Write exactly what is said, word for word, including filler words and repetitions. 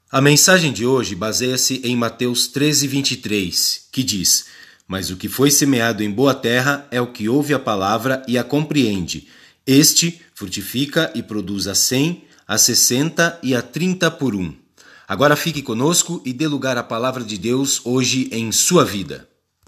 A mensagem de hoje baseia-se em Mateus treze, vinte e três, que diz: Mas o que foi semeado em boa terra é o que ouve a palavra e a compreende. Este frutifica e produz a cem, a sessenta e a trinta por um. Agora fique conosco e dê lugar à palavra de Deus hoje em sua vida.